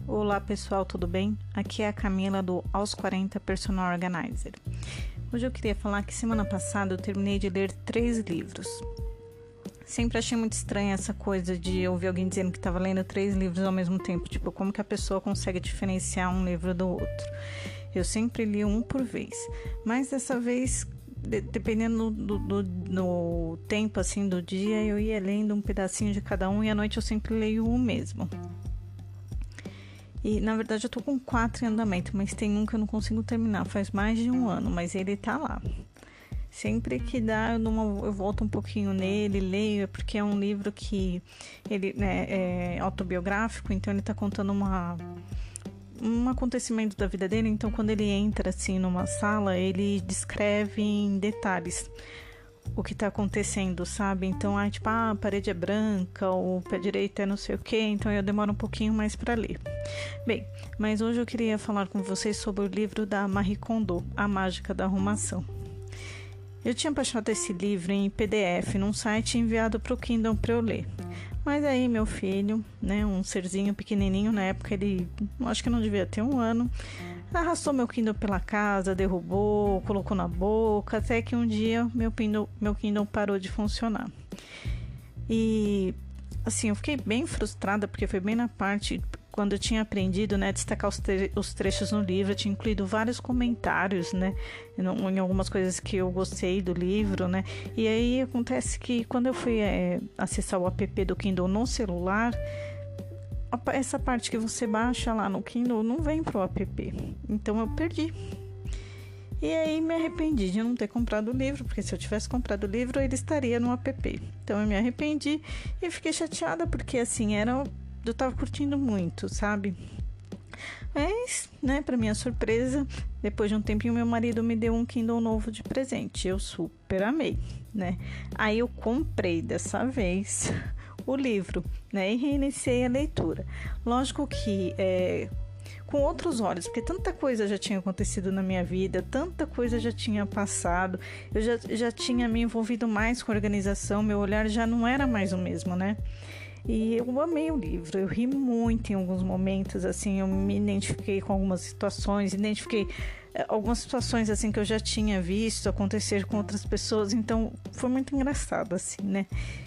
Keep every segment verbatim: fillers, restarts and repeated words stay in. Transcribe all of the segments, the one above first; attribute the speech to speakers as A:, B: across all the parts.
A: Olá pessoal, tudo bem? Aqui é a Camila do Aos quarenta Personal Organizer. Hoje eu queria falar que semana passada eu terminei de ler três livros. Sempre achei muito estranha essa coisa de ouvir alguém dizendo que estava lendo três livros ao mesmo tempo. Tipo, como que a pessoa consegue diferenciar um livro do outro? Eu sempre li um por vez. Mas dessa vez, de, dependendo do, do, do tempo assim, do dia, eu ia lendo um pedacinho de cada um e à noite eu sempre leio o mesmo. E na verdade eu tô com quatro em andamento, mas tem um que eu não consigo terminar, faz mais de um ano, mas ele tá lá. Sempre que dá, eu, dou uma, eu volto um pouquinho nele, leio, porque é um livro que ele né, é autobiográfico, então ele tá contando uma, um acontecimento da vida dele. Então quando ele entra assim numa sala, ele descreve em detalhes o que tá acontecendo, sabe? Então, ah, tipo, ah, a parede é branca, o pé direito é não sei o que, então eu demoro um pouquinho mais para ler. Bem, mas hoje eu queria falar com vocês sobre o livro da Marie Kondo, A Mágica da Arrumação. Eu tinha baixado esse livro em P D F num site enviado para o Kindle para eu ler. Mas aí meu filho, né, um serzinho pequenininho, na época ele, acho que não devia ter um ano, arrastou meu Kindle pela casa, derrubou, colocou na boca, até que um dia meu Kindle, meu Kindle parou de funcionar. E assim, eu fiquei bem frustrada, porque foi bem na parte quando eu tinha aprendido, né, destacar os, tre- os trechos no livro. Eu tinha incluído vários comentários, né, em algumas coisas que eu gostei do livro, né, e aí acontece que quando eu fui é, acessar o app do Kindle no celular, essa parte que você baixa lá no Kindle não vem pro app, então eu perdi. E aí me arrependi de não ter comprado o livro, porque se eu tivesse comprado o livro, ele estaria no app. Então eu me arrependi e fiquei chateada, porque assim, era, eu tava curtindo muito, sabe? Mas, né, pra minha surpresa, depois de um tempinho, meu marido me deu um Kindle novo de presente. Eu super amei, né? Aí eu comprei dessa vez o livro, né, e reiniciei a leitura. Lógico que é, com outros olhos, porque tanta coisa já tinha acontecido na minha vida, tanta coisa já tinha passado, eu já, já tinha me envolvido mais com a organização, meu olhar já não era mais o mesmo, né? E eu amei o livro, eu ri muito em alguns momentos, assim, eu me identifiquei com algumas situações, identifiquei algumas situações, assim, que eu já tinha visto acontecer com outras pessoas, então foi muito engraçado, assim, né?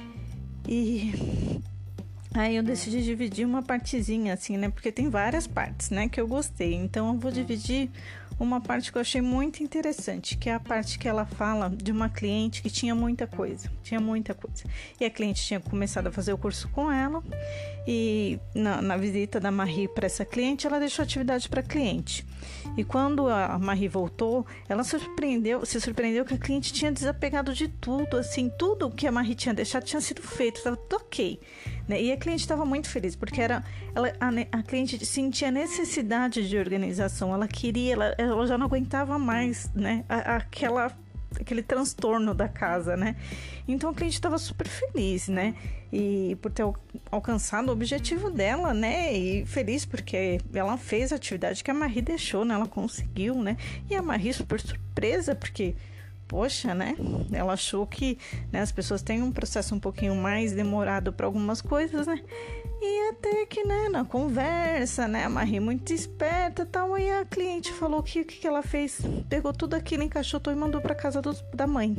A: E aí eu decidi dividir uma partezinha, assim, né? Porque tem várias partes, né, que eu gostei. Então eu vou dividir uma parte que eu achei muito interessante, que é a parte que ela fala de uma cliente que tinha muita coisa, tinha muita coisa. E a cliente tinha começado a fazer o curso com ela, e na, na visita da Marie para essa cliente, ela deixou atividade para a cliente. E quando a Marie voltou, ela surpreendeu, se surpreendeu que a cliente tinha desapegado de tudo, assim, tudo que a Marie tinha deixado tinha sido feito, estava tudo ok, né? E a cliente estava muito feliz, porque era, ela, a, a cliente sentia necessidade de organização, ela queria, ela, ela já não aguentava mais, né, a, aquela, aquele transtorno da casa, né? Então a cliente estava super feliz, né? E por ter alcançado o objetivo dela, né? E feliz porque ela fez a atividade que a Marie deixou, né? Ela conseguiu, né? E a Marie super surpresa, porque, poxa, né? Ela achou que, né, as pessoas têm um processo um pouquinho mais demorado para algumas coisas, né? E até que, né, na conversa, né, a Marie muito esperta e tal, aí a cliente falou que o que, que ela fez? Pegou tudo aquilo, encaixotou e mandou para casa do, da mãe.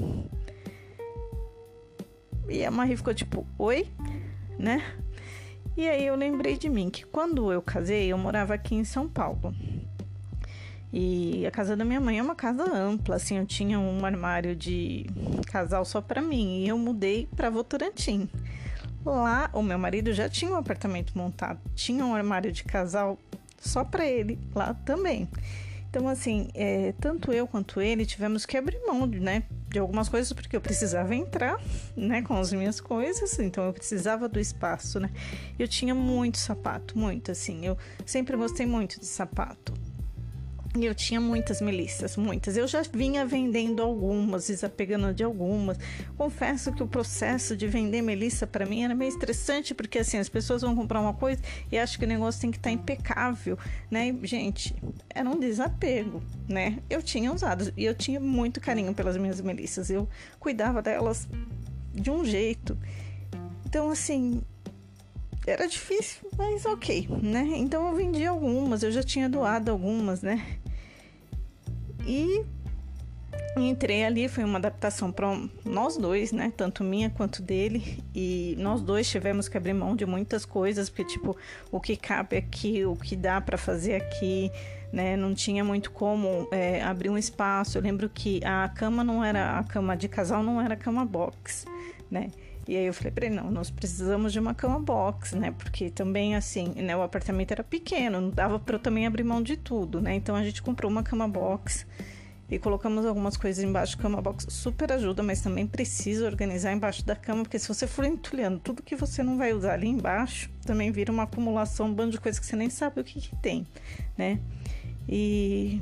A: E a Marie ficou tipo, oi? Né? E aí eu lembrei de mim, que quando eu casei, eu morava aqui em São Paulo. E a casa da minha mãe é uma casa ampla, assim, eu tinha um armário de casal só pra mim, e eu mudei pra Votorantim. Lá, o meu marido já tinha um apartamento montado, tinha um armário de casal só pra ele, lá também. Então, assim, é, tanto eu quanto ele tivemos que abrir mão, né, de algumas coisas, porque eu precisava entrar, né, com as minhas coisas, então eu precisava do espaço, né. Eu tinha muito sapato, muito, assim, eu sempre gostei muito de sapato. E eu tinha muitas melissas, muitas. Eu já vinha vendendo algumas, desapegando de algumas. Confesso que o processo de vender melissa para mim era meio estressante, porque assim, as pessoas vão comprar uma coisa e acham que o negócio tem que estar impecável, né? E, gente, era um desapego, né? Eu tinha usado e eu tinha muito carinho pelas minhas melissas. Eu cuidava delas de um jeito. Então, assim, era difícil, mas ok, né? Então eu vendi algumas, eu já tinha doado algumas, né? E entrei ali, foi uma adaptação para nós dois, né? Tanto minha quanto dele. E nós dois tivemos que abrir mão de muitas coisas, porque tipo, o que cabe aqui, o que dá para fazer aqui, né? Não tinha muito como é, abrir um espaço. Eu lembro que a cama não era, a cama de casal não era cama box, né? E aí eu falei pra ele, não, nós precisamos de uma cama box, né? Porque também, assim, né, o apartamento era pequeno, não dava pra eu também abrir mão de tudo, né? Então a gente comprou uma cama box e colocamos algumas coisas embaixo da cama box. Super ajuda, mas também precisa organizar embaixo da cama, porque se você for entulhando tudo que você não vai usar ali embaixo, também vira uma acumulação, um bando de coisas que você nem sabe o que que tem, né? E...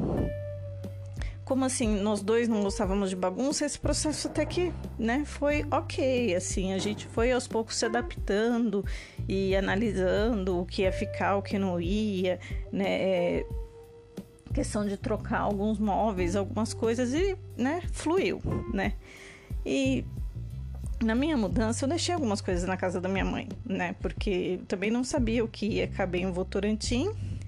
A: como assim, nós dois não gostávamos de bagunça, esse processo até que, né, foi ok, assim, a gente foi aos poucos se adaptando e analisando o que ia ficar, o que não ia, né, questão de trocar alguns móveis, algumas coisas e, né, fluiu, né, e na minha mudança eu deixei algumas coisas na casa da minha mãe, né, porque eu também não sabia o que ia caber em Votorantim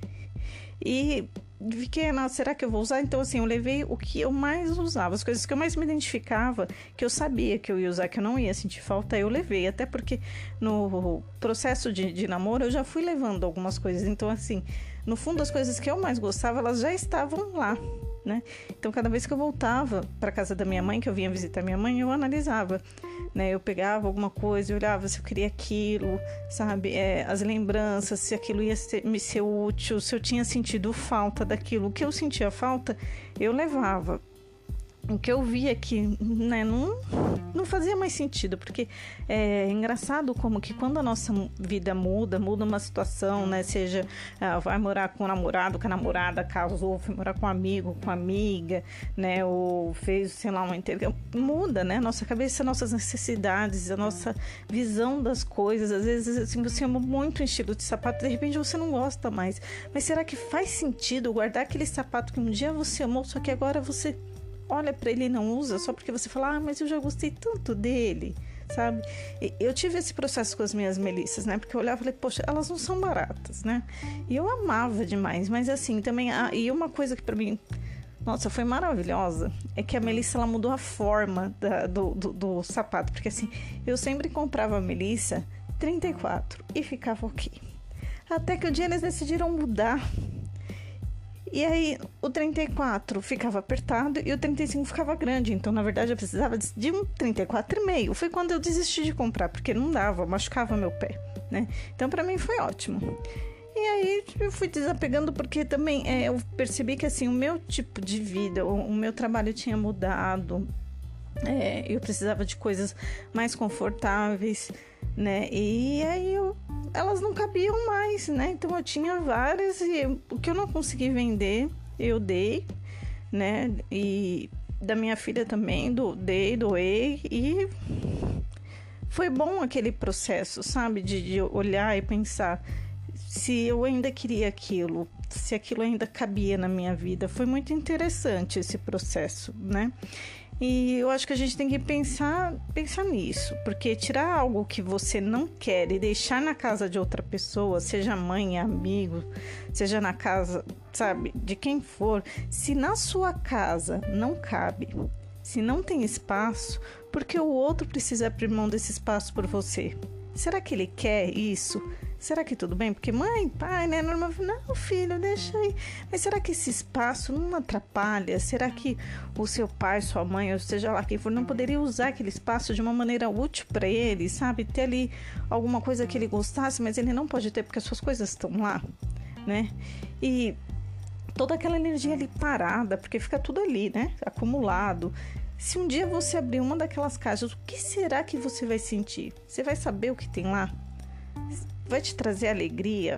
A: e fiquei, nossa, será que eu vou usar? Então, assim, eu levei o que eu mais usava, as coisas que eu mais me identificava, que eu sabia que eu ia usar, que eu não ia sentir falta, eu levei. Até porque no processo de, de namoro eu já fui levando algumas coisas. Então, assim, no fundo, as coisas que eu mais gostava, elas já estavam lá, né? Então, cada vez que eu voltava para casa da minha mãe, que eu vinha visitar minha mãe, eu analisava, né? Eu pegava alguma coisa, eu olhava se eu queria aquilo, sabe? É, as lembranças, se aquilo ia ser, me ser útil, se eu tinha sentido falta daquilo. O que eu sentia falta, eu levava. O que eu via que, né, não, não fazia mais sentido, porque é engraçado como que quando a nossa vida muda, muda uma situação, né, seja, ah, vai morar com o namorado, com a namorada, casou, foi morar com um amigo, com amiga, né, ou fez, sei lá, uma intercâmbio, muda, né, nossa cabeça, nossas necessidades, a nossa visão das coisas. Às vezes, assim, você ama muito um estilo de sapato, de repente você não gosta mais, mas será que faz sentido guardar aquele sapato que um dia você amou, só que agora você olha pra ele e não usa só porque você fala, ah, mas eu já gostei tanto dele, sabe? E eu tive esse processo com as minhas melissas, né? Porque eu olhava e falei, poxa, elas não são baratas, né? E eu amava demais, mas assim, também, ah, e uma coisa que pra mim, nossa, foi maravilhosa, é que a melissa, ela mudou a forma da, do, do, do sapato, porque assim, eu sempre comprava a melissa trinta e quatro e ficava ok. Até que o dia eles decidiram mudar. E aí, o trinta e quatro ficava apertado e o trinta e cinco ficava grande. Então, na verdade, eu precisava de um trinta e quatro e meio. Foi quando eu desisti de comprar, porque não dava, machucava meu pé, né? Então, pra mim, foi ótimo. E aí, eu fui desapegando, porque também é, eu percebi que, assim, o meu tipo de vida, o, o meu trabalho tinha mudado. É, eu precisava de coisas mais confortáveis, né? E aí, eu... elas não cabiam mais, né? Então eu tinha várias e o que eu não consegui vender, eu dei, né? E da minha filha também, do, dei, doei e foi bom aquele processo, sabe? De, de olhar e pensar se eu ainda queria aquilo, se aquilo ainda cabia na minha vida. Foi muito interessante esse processo, né? E eu acho que a gente tem que pensar, pensar nisso, porque tirar algo que você não quer e deixar na casa de outra pessoa, seja mãe, amigo, seja na casa, sabe, de quem for, se na sua casa não cabe, se não tem espaço, porque o outro precisa abrir mão desse espaço por você? Será que ele quer isso? Será que tudo bem? Porque mãe, pai, né? Normal, não, filho, deixa aí. Mas será que esse espaço não atrapalha? Será que o seu pai, sua mãe, ou seja lá quem for, não poderia usar aquele espaço de uma maneira útil para ele, sabe? Ter ali alguma coisa que ele gostasse, mas ele não pode ter porque as suas coisas estão lá, né? E toda aquela energia ali parada, porque fica tudo ali, né? Acumulado. Se um dia você abrir uma daquelas caixas, o que será que você vai sentir? Você vai saber o que tem lá? Vai te trazer alegria?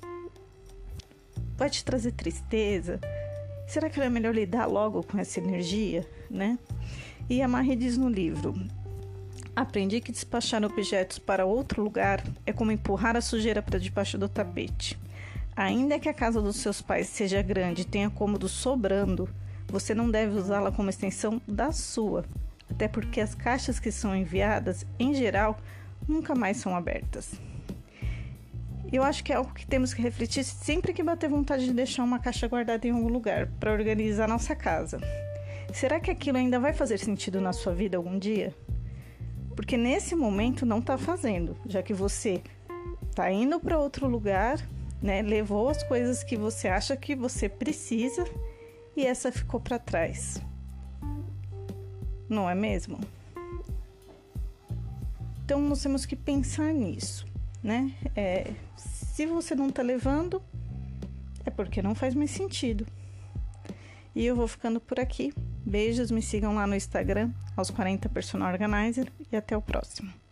A: Vai te trazer tristeza? Será que não é melhor lidar logo com essa energia, né? E a Marie diz no livro: aprendi que despachar objetos para outro lugar é como empurrar a sujeira para debaixo do tapete. Ainda que a casa dos seus pais seja grande e tenha cômodos sobrando, você não deve usá-la como extensão da sua, até porque as caixas que são enviadas, em geral, nunca mais são abertas. Eu acho que é algo que temos que refletir sempre que bater vontade de deixar uma caixa guardada em algum lugar para organizar nossa casa. Será que aquilo ainda vai fazer sentido na sua vida algum dia? Porque nesse momento não está fazendo, já que você está indo para outro lugar, né? Levou as coisas que você acha que você precisa e essa ficou para trás. Não é mesmo? Então nós temos que pensar nisso, né? É, se você não está levando, é porque não faz mais sentido. E eu vou ficando por aqui. Beijos, me sigam lá no Instagram, aos quarenta Personal Organizer, e até o próximo.